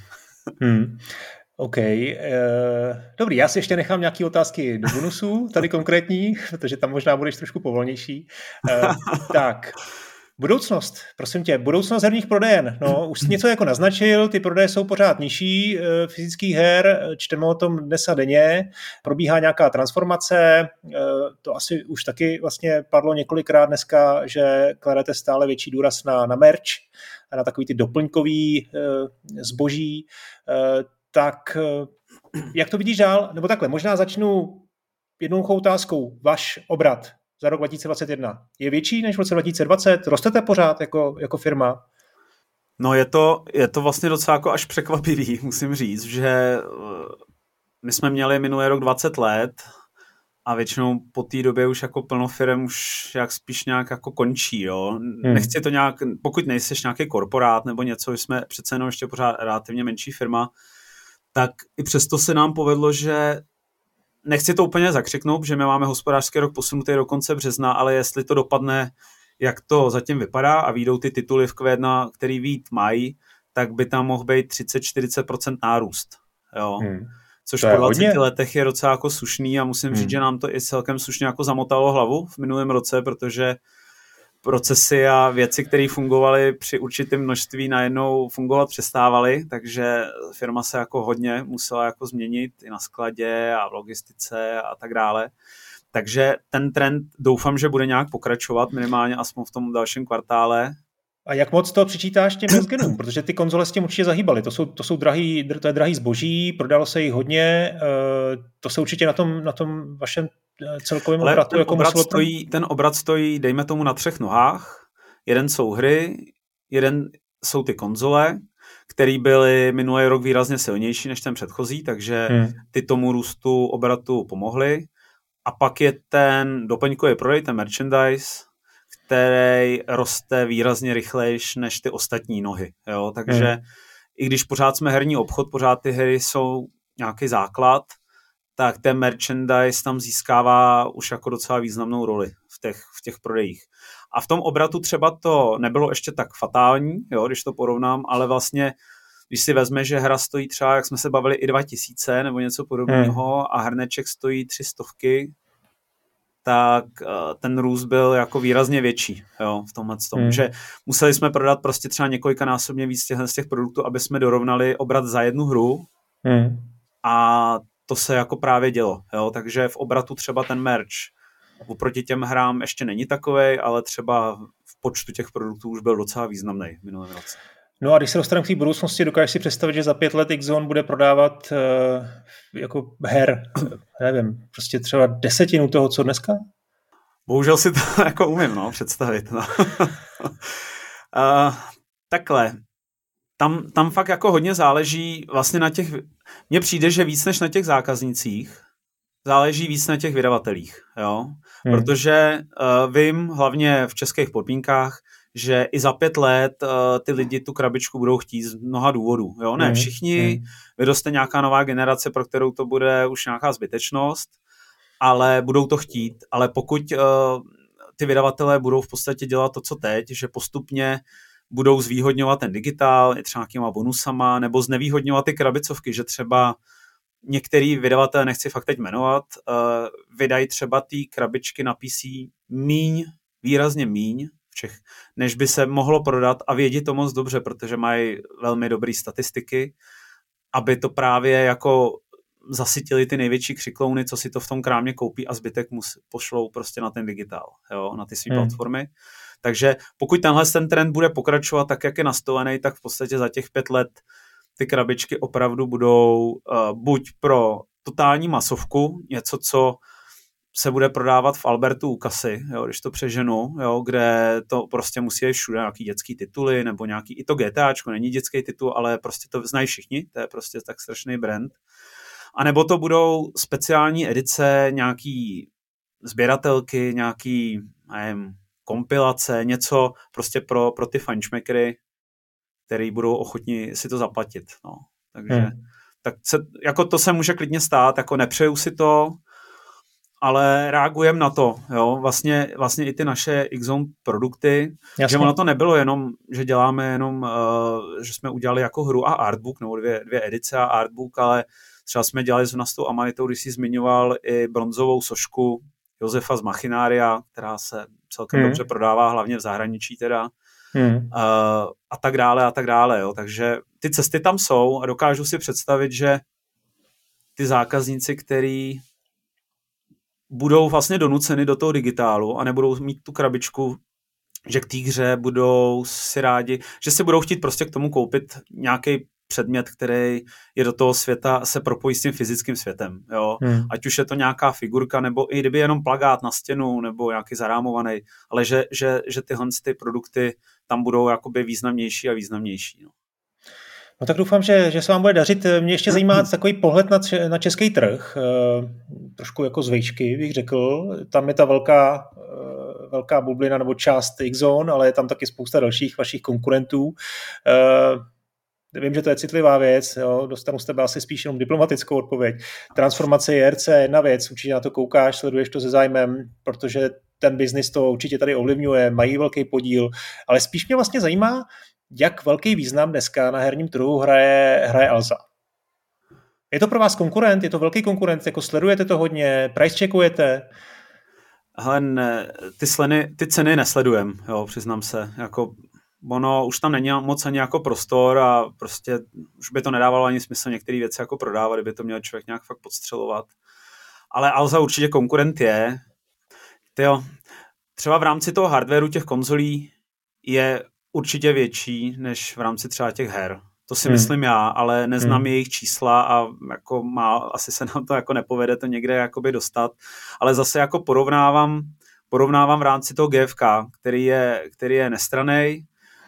OK. Dobrý, já si ještě nechám nějaké otázky do bonusu, tady konkrétní, protože tam možná budeš trošku povolnější. Tak, budoucnost, prosím tě, budoucnost herních prodejen. No, už jsi něco jako naznačil, ty prodeje jsou pořád nižší fyzických her, čteme o tom dnes a denně, probíhá nějaká transformace, to asi už taky vlastně padlo několikrát dneska, že kladete stále větší důraz na merch a na takový ty doplňkový zboží. Tak jak to vidíš dál? Nebo takhle, možná začnu jednoduchou otázkou. Váš obrat za rok 2021 je větší než v roce 2020? Rostete pořád jako firma? No je to vlastně docela jako až překvapivý, musím říct, že my jsme měli minulý rok 20 let a většinou po té době už jako plno firem už jak spíš nějak jako končí, jo. Nechci to nějak, pokud nejseš nějaký korporát nebo něco, jsme přece jenom ještě pořád relativně menší firma, tak i přesto se nám povedlo, že nechci to úplně zakřiknout, že my máme hospodářský rok posunutý do konce března, ale jestli to dopadne, jak to zatím vypadá a výjdou ty tituly v Q1, který vyjít mají, tak by tam mohl být 30-40% nárůst. Jo. Což po 20 letech je docela jako slušný a musím říct, že nám to i celkem slušně jako zamotalo hlavu v minulém roce, protože procesy a věci, které fungovaly při určitém množství, najednou fungovat přestávaly, takže firma se jako hodně musela jako změnit i na skladě a v logistice a tak dále. Takže ten trend doufám, že bude nějak pokračovat, minimálně aspoň v tom dalším kvartále. A jak moc to přičítáš těm next genům? Protože ty konzole s tím určitě zahýbaly. To je drahý zboží, prodalo se jich hodně, to se určitě na tom vašem celkovém obratu jako muselo... Ten obrat stojí, dejme tomu, na 3 nohách. Jeden jsou hry, jeden jsou ty konzole, které byly minulý rok výrazně silnější než ten předchozí, takže ty tomu růstu obratu pomohly. A pak je ten doplňkový prodej, ten merchandise, který roste výrazně rychlejš než ty ostatní nohy. Jo? Takže i když pořád jsme herní obchod, pořád ty hry jsou nějaký základ, tak ten merchandise tam získává už jako docela významnou roli v těch prodejích. A v tom obratu třeba to nebylo ještě tak fatální, jo, když to porovnám, ale vlastně, když si vezme, že hra stojí třeba, jak jsme se bavili, i 2000 nebo něco podobného a hrneček stojí 300, tak ten růst byl jako výrazně větší, jo, v tomhle tom, že museli jsme prodat prostě třeba několikanásobně víc z těch produktů, aby jsme dorovnali obrat za jednu hru a to se jako právě dělo, jo, takže v obratu třeba ten merch oproti těm hrám ještě není takovej, ale třeba v počtu těch produktů už byl docela významný v minulém roce. No a když se dostaneme k té budoucnosti, dokážeš si představit, že za 5 let X-Zone bude prodávat jako her, nevím, prostě třeba 10% toho, co dneska? Bohužel si to jako umím, představit. No. Takhle. Tam fakt jako hodně záleží vlastně na těch, mně přijde, že víc než na těch zákaznicích, záleží víc na těch vydavatelích, jo? Protože vím, hlavně v českých podmínkách, že i za 5 let ty lidi tu krabičku budou chtít z mnoha důvodů. Jo? Ne všichni, vyroste nějaká nová generace, pro kterou to bude už nějaká zbytečnost, ale budou to chtít. Ale pokud ty vydavatelé budou v podstatě dělat to, co teď, že postupně budou zvýhodňovat ten digitál, i třeba nějakýma bonusama, nebo znevýhodňovat ty krabicovky, že třeba některý vydavatelé, nechci fakt teď jmenovat, vydají třeba ty krabičky na PC výrazně míň, než by se mohlo prodat a vědí to moc dobře, protože mají velmi dobré statistiky, aby to právě jako zasytili ty největší křiklouny, co si to v tom krámě koupí a zbytek pošlou prostě na ten digitál, jo, na ty své platformy. Takže pokud ten trend bude pokračovat tak, jak je nastolený, tak v podstatě za těch 5 let ty krabičky opravdu budou buď pro totální masovku, něco, co se bude prodávat v Albertu u kasy, jo, když to přeženu, jo, kde to prostě musí jít všude nějaký dětský tituly, nebo nějaký, i to GTAčko není dětský titul, ale prostě to znají všichni, to je prostě tak strašný brand. A nebo to budou speciální edice, nějaký sběratelky, nějaký, nevím, kompilace, něco prostě pro ty fajnšmekry, který budou ochotni si to zaplatit, no. Takže jako to se může klidně stát, jako nepřeju si to, ale reagujeme na to, jo, vlastně i ty naše X-Zone produkty, jasně. Že ono to nebylo jenom, že děláme jenom, že jsme udělali jako hru a artbook, nebo dvě edice a artbook, ale třeba jsme dělali s tou Amanitou, když jsi zmiňoval i bronzovou sošku Josefa z Machinária, která se celkem dobře prodává, hlavně v zahraničí teda, a tak dále, jo, takže ty cesty tam jsou a dokážu si představit, že ty zákazníci, který budou vlastně donuceny do toho digitálu a nebudou mít tu krabičku, že k té hře budou si rádi, že si budou chtít prostě k tomu koupit nějaký předmět, který je do toho světa, se propojí s tím fyzickým světem. Jo? Ať už je to nějaká figurka, nebo i kdyby jenom plakát na stěnu, nebo nějaký zarámovaný, ale že tyhle ty produkty tam budou jakoby významnější a významnější. No tak doufám, že se vám bude dařit. Mě ještě zajímá takový pohled na český trh, trošku jako z vejšky, bych řekl. Tam je ta velká bublina nebo část X-Zone, ale je tam taky spousta dalších vašich konkurentů. Vím, že to je citlivá věc, jo? Dostanu z tebe asi spíš jenom diplomatickou odpověď. Transformace JRC je jedna věc, určitě na to koukáš, sleduješ to se zájmem, protože ten biznis to určitě tady ovlivňuje, mají velký podíl, ale spíš mě vlastně zajímá, jak velký význam dneska na herním trhu hraje Alza. Je to pro vás konkurent? Je to velký konkurent? Jako sledujete to hodně? Price checkujete? Hele, ne, ty ceny nesledujem, jo, přiznám se, jako ono už tam není moc ani jako prostor a prostě už by to nedávalo ani smysl některé věci jako prodávat, kdyby to měl člověk nějak fakt podstřelovat. Ale Alza určitě konkurent je. Tyjo, třeba v rámci toho hardwareu těch konzolí je určitě větší než v rámci třeba těch her. To si myslím já, ale neznám jejich čísla a jako asi se nám to jako nepovede to někde jakoby dostat. Ale zase jako porovnávám v rámci toho GFK, který je nestranný,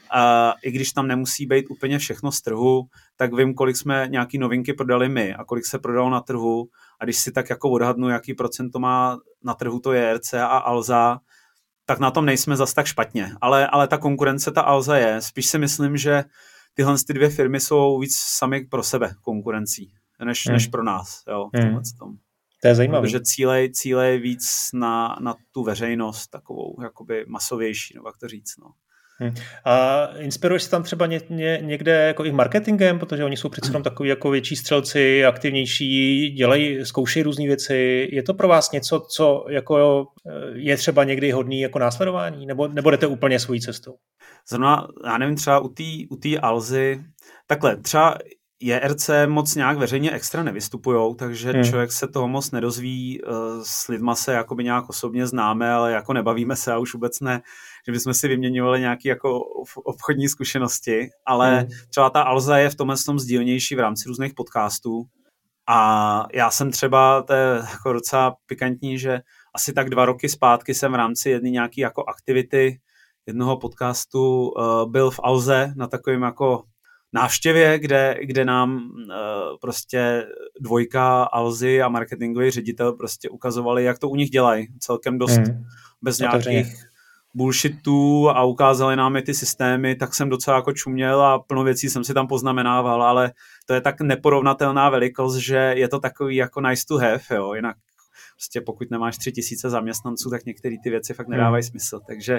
i když tam nemusí být úplně všechno z trhu, tak vím, kolik jsme nějaký novinky prodali my a kolik se prodalo na trhu. A když si tak jako odhadnu, jaký procento má na trhu to JRC a Alza, tak na tom nejsme zas tak špatně. Ale ta konkurence, ta Alza je. Spíš si myslím, že tyhle ty dvě firmy jsou víc sami pro sebe konkurencí, než pro nás. Jo, to je zajímavé. Protože cílej víc na tu veřejnost, takovou jakoby masovější, nebo jak to říct. No. A inspiruješ se tam třeba někde jako i marketingem, protože oni jsou přece jenom takový jako větší střelci, aktivnější, zkoušejí různé věci. Je to pro vás něco, co jako je třeba někdy hodný jako následování? Nebo jdete úplně svojí cestou? Zrovna, já nevím, třeba u té Alzy, takhle, třeba JRC moc nějak veřejně extra nevystupujou, takže člověk se toho moc nedozví, s lidma se jakoby nějak osobně známe, ale jako nebavíme se a už vůbec ne, že bychom si vyměňovali nějaké jako obchodní zkušenosti, ale třeba ta Alza je v tomhle tom sdílnější v rámci různých podcastů a já jsem třeba, to je jako docela pikantní, že asi tak 2 roky zpátky jsem v rámci jedné nějaké jako aktivity jednoho podcastu byl v Alze na takovém jako návštěvě, kde nám prostě dvojka Alzy a marketingový ředitel prostě ukazovali, jak to u nich dělají. Celkem dost bez nějakých bullshitů a ukázali nám ty systémy, tak jsem docela jako čuměl a plno věcí jsem si tam poznamenával, ale to je tak neporovnatelná velikost, že je to takový jako nice to have, jo. Jinak prostě pokud nemáš 3000 zaměstnanců, tak některé ty věci fakt nedávají smysl.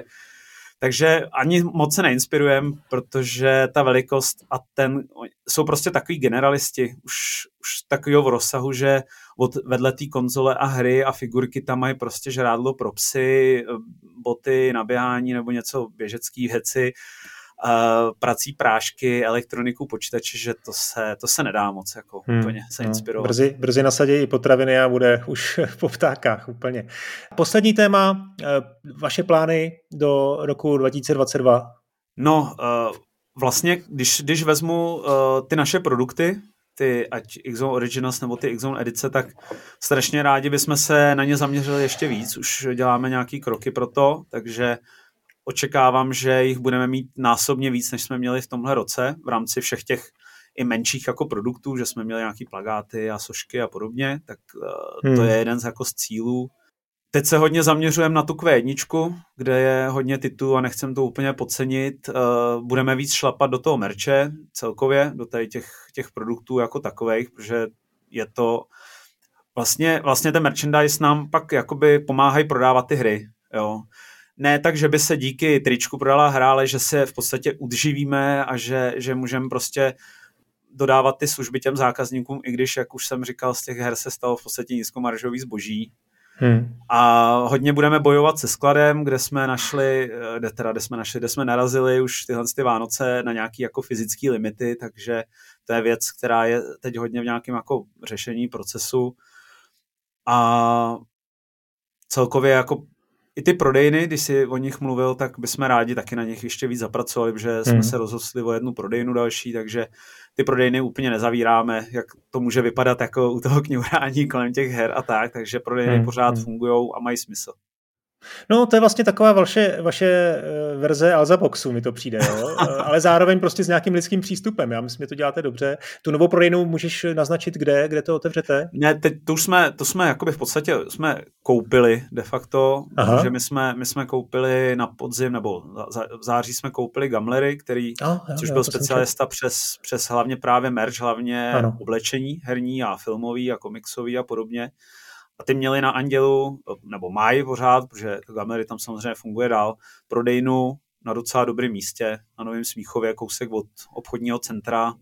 Takže ani moc se neinspirujem, protože ta velikost a jsou prostě takový generalisti, už takovýho v rozsahu, že vedle té konzole a hry a figurky tam mají prostě žrádlo pro psy, boty na běhání nebo něco běžecký věci, prací prášky, elektroniku, počítače, že to se nedá moc jako úplně se inspirovat. Brzy nasadí i potraviny a bude už po ptákách úplně. Poslední téma, vaše plány do roku 2022? No, vlastně, když vezmu ty naše produkty, ty ať X-Zone Originals nebo ty X-Zone edice, tak strašně rádi bychom se na ně zaměřili ještě víc. Už děláme nějaký kroky pro to, takže očekávám, že jich budeme mít násobně víc, než jsme měli v tomhle roce v rámci všech těch i menších jako produktů, že jsme měli nějaký plakáty a sošky a podobně, tak to je jeden z cílů. Teď se hodně zaměřujeme na tu Q1, kde je hodně titulů a nechcem to úplně podcenit. Budeme víc šlapat do toho merče celkově, do těch produktů jako takových, protože je to vlastně ten merchandise nám pak jakoby pomáhají prodávat ty hry, jo. Ne tak, že by se díky tričku prodala hra, ale že se v podstatě udrživíme a že můžeme prostě dodávat ty služby těm zákazníkům, i když, jak už jsem říkal, z těch her se stalo v podstatě nízkomaržový zboží. A hodně budeme bojovat se skladem, kde jsme narazili už tyhle Vánoce na nějaký jako fyzický limity, takže to je věc, která je teď hodně v nějakém jako řešení procesu. A celkově jako i ty prodejny, když jsi o nich mluvil, tak bychom rádi taky na nich ještě víc zapracovali, protože jsme se rozhodli o jednu prodejnu další, takže ty prodejny úplně nezavíráme, jak to může vypadat jako u toho kňourání kolem těch her a tak, takže prodejny pořád fungujou a mají smysl. No, to je vlastně taková vaše verze Alza Boxu, mi to přijde, jo? Ale zároveň prostě s nějakým lidským přístupem. Já myslím, že to děláte dobře. Tu novou prodejnu můžeš naznačit, kde to otevřete? Ne, teď to jsme jakoby v podstatě jsme koupili de facto, protože my jsme koupili na podzim, nebo v září jsme koupili Gamlery, což byl specialista přes hlavně právě merch, hlavně oblečení herní a filmový a komiksový a podobně. A ty měli na Andělu, nebo mají pořád, protože Gamlery tam samozřejmě funguje dál, prodejnu na docela dobrém místě, na Novém Smíchově, kousek od obchodního centra.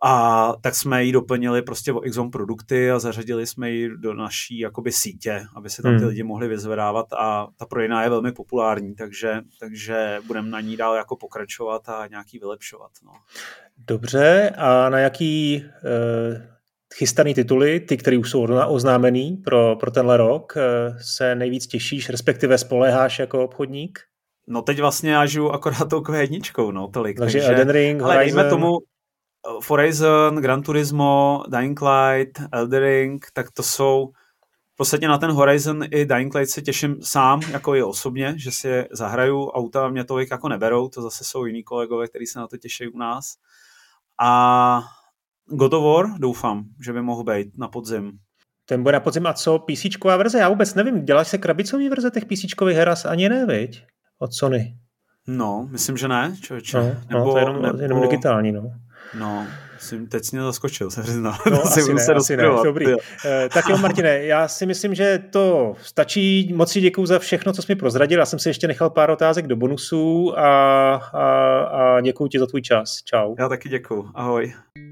A tak jsme ji doplnili prostě o Exxon produkty a zařadili jsme ji do naší jakoby sítě, aby se tam ty lidi mohli vyzvedávat a ta prodejná je velmi populární, takže budeme na ní dál jako pokračovat a nějaký vylepšovat. No. Dobře, a na jaký chystaný tituly, ty, které už jsou oznámený pro tenhle rok, se nejvíc těšíš, respektive spoléháš jako obchodník? No teď vlastně já žiju akorát tou Q1, no tolik. Takže Elden Ring, Horizon. Dejme tomu Horizon, Gran Turismo, Dying Light, Elden Ring, tak to jsou v podstatě na ten Horizon i Dying Light se těším sám, jako i osobně, že si je zahraju, auta mě tolik jako neberou, to zase jsou jiní kolegové, kteří se na to těší u nás. A God of War doufám, že by mohl být na podzim. Ten bude na podzim a co PCčková verze? Já vůbec nevím, děláš se krabicový verze těch PCčkových her ani ne, viď? Od Sony. No, myslím, že ne, člověče. No, to je jenom digitální, no. No, teď jsi mě zaskočil, se přiznal. No, asi ne, dobrý. Tak jo, Martine, já si myslím, že to stačí. Moc si děkuju za všechno, co jsi mi prozradil. Já jsem si ještě nechal pár otázek do bonusů a děkuju ti za tvůj čas. Čau. Já taky děkuju. Ahoj.